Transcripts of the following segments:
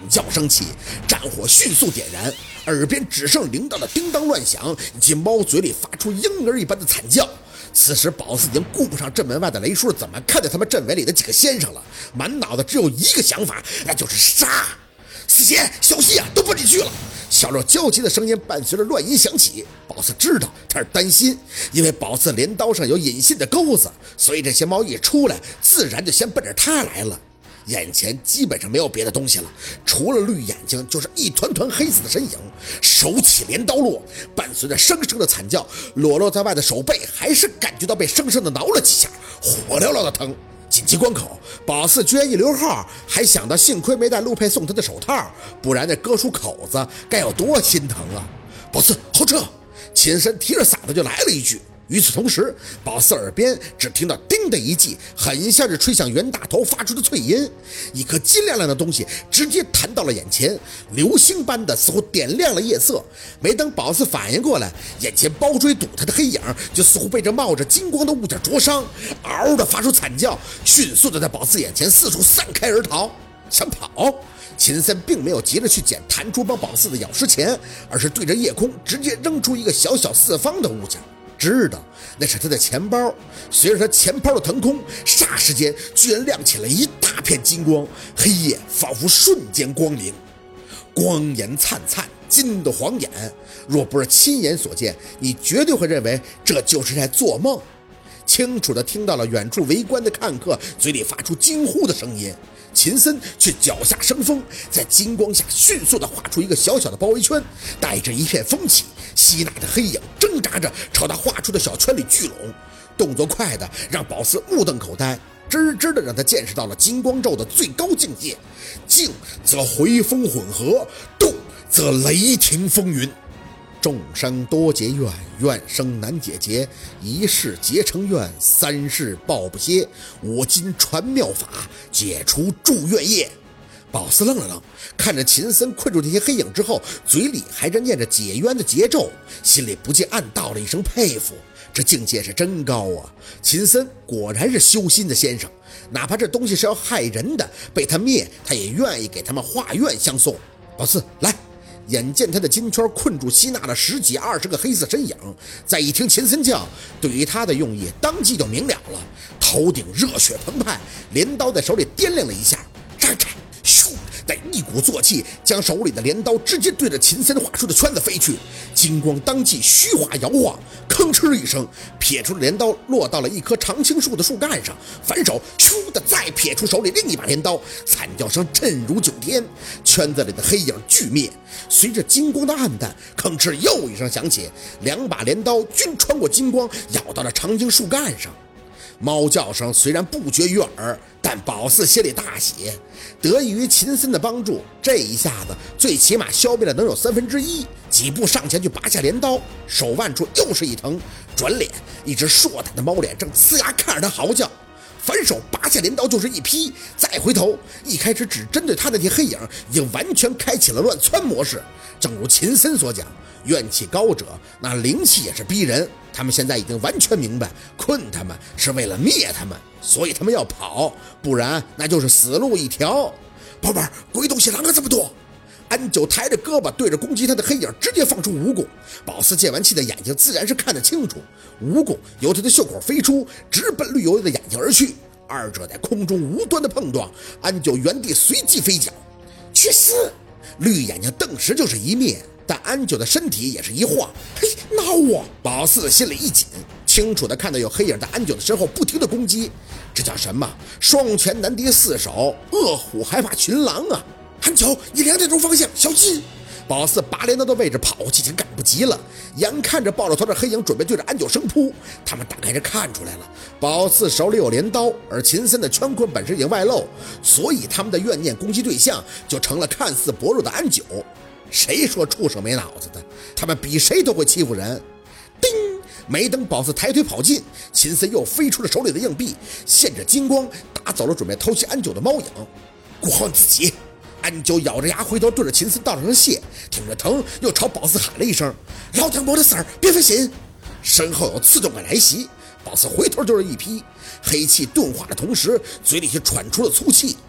叫升起，战火迅速点燃，耳边只剩铃铛的叮当乱响，以及猫嘴里发出婴儿一般的惨叫。此时宝四已经顾不上镇门外的雷叔怎么看待他们镇委里的几个先生了，满脑子只有一个想法，那就是杀。四姐小心啊，都奔你去了！小六焦急的声音伴随着乱音响起。宝四知道他是担心，因为宝四镰刀上有引信的钩子，所以这些猫一出来自然就先奔着他来了。眼前基本上没有别的东西了，除了绿眼睛就是一团团黑色的身影。手起镰刀落，伴随着生生的惨叫，裸在外的手背还是感觉到被生生的挠了几下，火燎燎的疼。紧急关口，宝四居然一溜号，还想到幸亏没带陆佩送他的手套，不然那割出口子该有多心疼啊！宝四后撤，秦深提着嗓子就来了一句。与此同时，宝四耳边只听到叮的一记，很像是吹响袁大头发出的脆音。一颗金亮亮的东西直接弹到了眼前，流星般的似乎点亮了夜色。没等宝四反应过来，眼前包追堵他的黑影就似乎被这冒着金光的物件灼伤，嗷的发出惨叫，迅速的在宝四眼前四处散开而逃。想跑，秦森并没有急着去捡弹出帮宝四的咬尸钳，而是对着夜空直接扔出一个小小四方的物件。知道那是他的钱包，随着他钱包的腾空，霎时间居然亮起了一大片金光，黑夜仿佛瞬间光临，光颜灿灿，金的晃眼。若不是亲眼所见，你绝对会认为这就是在做梦。清楚地听到了远处围观的看客嘴里发出惊呼的声音，秦森却脚下生风，在金光下迅速地画出一个小小的包围圈，带着一片风起，吸纳的黑影挣扎着朝他画出的小圈里聚拢，动作快的让宝四目瞪口呆，吱吱的让他见识到了金光咒的最高境界。静则回风混合，动则雷霆风云。众生多结怨，怨生难解结，一世结成怨，三世报不歇。我今传妙法，解除祝愿业。宝四愣了愣，看着秦森困住这些黑影之后，嘴里还在念着解冤的节奏，心里不禁暗道了一声佩服，这境界是真高啊！秦森果然是修心的先生，哪怕这东西是要害人的，被他灭，他也愿意给他们化愿相送。宝四来。眼见他的金圈困住吸纳了10几20个黑色身影，再一听秦森叫，对于他的用意当即就明了了，头顶热血澎湃，镰刀在手里掂量了一下，站开，咻，带一鼓作气将手里的镰刀直接对着秦森画出的圈子飞去，金光当即虚化摇晃，吭哧一声，撇出的镰刀落到了一棵常青树的树干上，反手咻的再撇出手里另一把镰刀，惨叫声震如九天，圈子里的黑影俱灭。随着金光的暗淡，吭哧又一声响起，两把镰刀均穿过金光，咬到了常青树干上。猫叫声虽然不绝于耳，但宝四心里大喜，得益于秦森的帮助，这一下子最起码消灭了能有1/3，几步上前去拔下镰刀，手腕处又是一疼，转脸一只硕大的猫脸正呲牙看着他嚎叫，反手拔下镰刀就是一劈，再回头，一开始只针对他那些黑影已经完全开启了乱窜模式。正如秦森所讲，怨气高者那灵气也是逼人，他们现在已经完全明白，困他们是为了灭他们，所以他们要跑，不然那就是死路一条。宝贝儿，鬼东西啷个这么多？安九抬着胳膊对着攻击他的黑影直接放出蜈蚣，宝四借完气的眼睛自然是看得清楚，蜈蚣由他的袖口飞出，直奔绿油油的眼睛而去，二者在空中无端的碰撞，安九原地随即飞脚，去死！绿眼睛顿时就是一灭，但安九的身体也是一晃，嘿，挠我！宝四的心里一紧，清楚的看到有黑影在安九的身后不停的攻击，这叫什么？双拳难敌四手，恶虎还怕群狼啊！安九，你2点钟方向小心！宝四拔镰刀的位置跑起已经赶不及了，眼看着抱着头的黑影准备对着安九生扑，他们大概是看出来了，宝四手里有镰刀，而秦森的圈困本身已经外露，所以他们的怨念攻击对象就成了看似薄弱的安九。谁说畜生没脑子的？他们比谁都会欺负人。叮！没等宝四抬腿跑近，秦森又飞出了手里的硬币，现着金光打走了准备偷袭安九的猫影。顾好你自己！安九咬着牙回头对着秦森道了声谢，挺着疼又朝宝四喊了一声：“老张伯的事儿，别费心。”身后有刺痛感来袭，宝四回头就是一劈，黑气钝化的同时，嘴里却喘出了粗气。不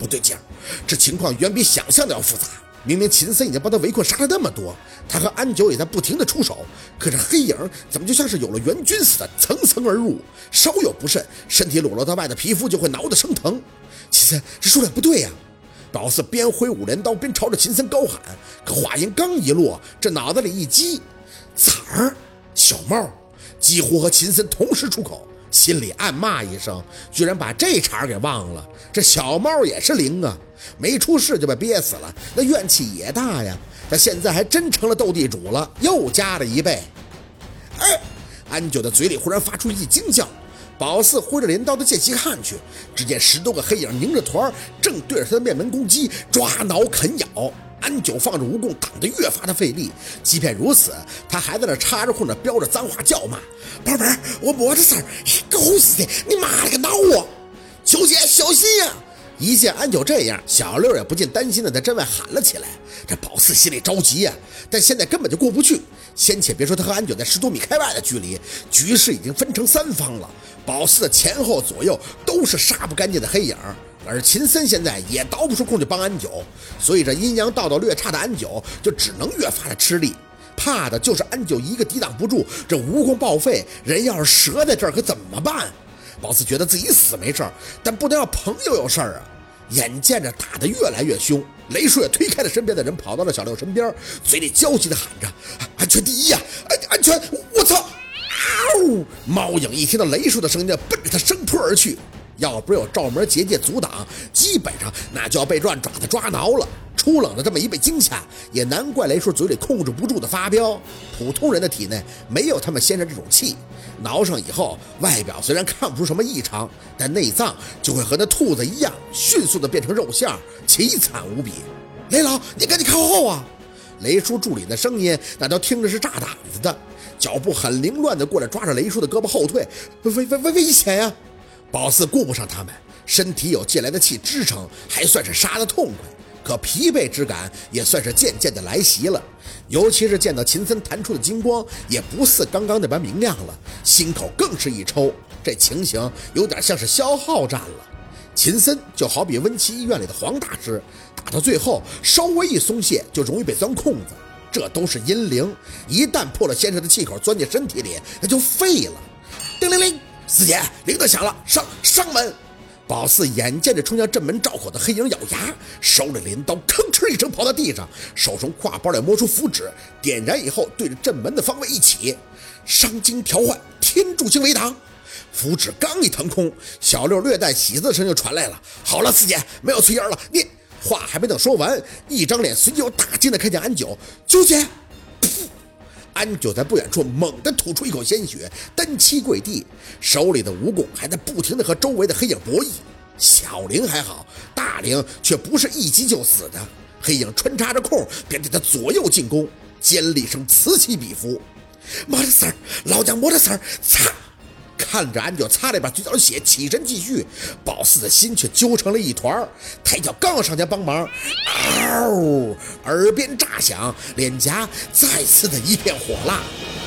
不对劲儿，这情况远比想象的要复杂。明明秦森已经帮他围困杀了那么多，他和安九也在不停的出手，可是黑影怎么就像是有了援军似的，层层而入，稍有不慎，身体裸露到外的皮肤就会挠得生疼。秦森，这数量不对呀！宝四边挥五连刀边朝着秦森高喊，可话音刚一落，这脑子里一激，崽儿，小帽几乎和秦森同时出口，心里暗骂一声，居然把这茬给忘了。这小猫也是灵啊，没出事就被憋死了，那怨气也大呀。他现在还真成了斗地主了，又加了1倍。安九的嘴里忽然发出一惊叫。宝四挥着镰刀的间隙看去，只见10多个黑影拧着团，正对着他的面门攻击，抓挠啃咬。安九放着蜈蚣挡得越发的费力，即便如此，他还在那插着空的飙着脏话叫骂：“宝贝儿，我没的事儿，狗死的，你妈了个挠我！九姐小心呀！”一见安九这样，小六也不禁担心的在阵外喊了起来。这宝四心里着急呀，但现在根本就过不去。先且别说他和安九在10多米开外的距离，局势已经分成3方了。宝四的前后左右都是杀不干净的黑影，而秦森现在也倒不出空去帮安九，所以这阴阳道略差的安九就只能越发的吃力。怕的就是安九一个抵挡不住，这蜈蚣报废，人要是折在这儿可怎么办？宝四觉得自己死没事儿，但不能让朋友有事儿啊！眼见着打得越来越凶，雷叔也推开了身边的人，跑到了小六身边，嘴里焦急地喊着：“安全第一呀！安全！我操！”猫影一听到雷叔的声音，奔着他生扑而去。要不是有罩门结界阻挡，基本上那就要被乱爪子抓挠了。初冷的这么一被惊吓，也难怪雷叔嘴里控制不住的发飙。普通人的体内没有他们先生这种气，挠上以后，外表虽然看不出什么异常，但内脏就会和那兔子一样，迅速的变成肉馅，凄惨无比。雷老，你赶紧靠后啊！雷叔助理的声音，那都听着是炸胆子的，脚步很凌乱的过来抓着雷叔的胳膊后退，危险呀！宝四顾不上他们，身体有借来的气支撑，还算是杀得痛快。可疲惫之感也算是渐渐的来袭了，尤其是见到秦森弹出的金光也不似刚刚那般明亮了，心口更是一抽，这情形有点像是消耗战了。秦森就好比温琪医院里的黄大师，打到最后稍微一松懈就容易被钻空子，这都是阴灵，一旦破了先生的气口钻进身体里，那就废了。叮铃铃，四姐，铃铛响了，上门。宝四眼见着冲向正门罩口的黑影咬牙，手里镰刀吭哧一声跑到地上，手从挎包里摸出符纸，点燃以后对着正门的方位一起，伤筋调换，天柱星为挡。符纸刚一腾空，小六略带喜色的声音就传来了：“好了，四姐，没有炊烟了。”你话还没等说完，一张脸随即又大惊的看见安九，九姐。安九在不远处猛地吐出一口鲜血，单膝跪地，手里的蜈蚣还在不停地和周围的黑影博弈。小灵还好，大灵却不是一击就死的。黑影穿插着空，便对他左右进攻，尖厉声此起彼伏。没的事儿，老娘没的事儿，擦！看着安九擦了一把嘴角的血，起身继续，宝四的心却揪成了一团，抬脚刚要上前帮忙，耳边炸响，脸颊再次的一片火辣。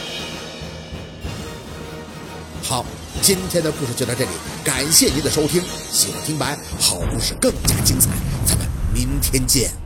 好，今天的故事就到这里，感谢您的收听，喜欢听白好故事更加精彩，咱们明天见。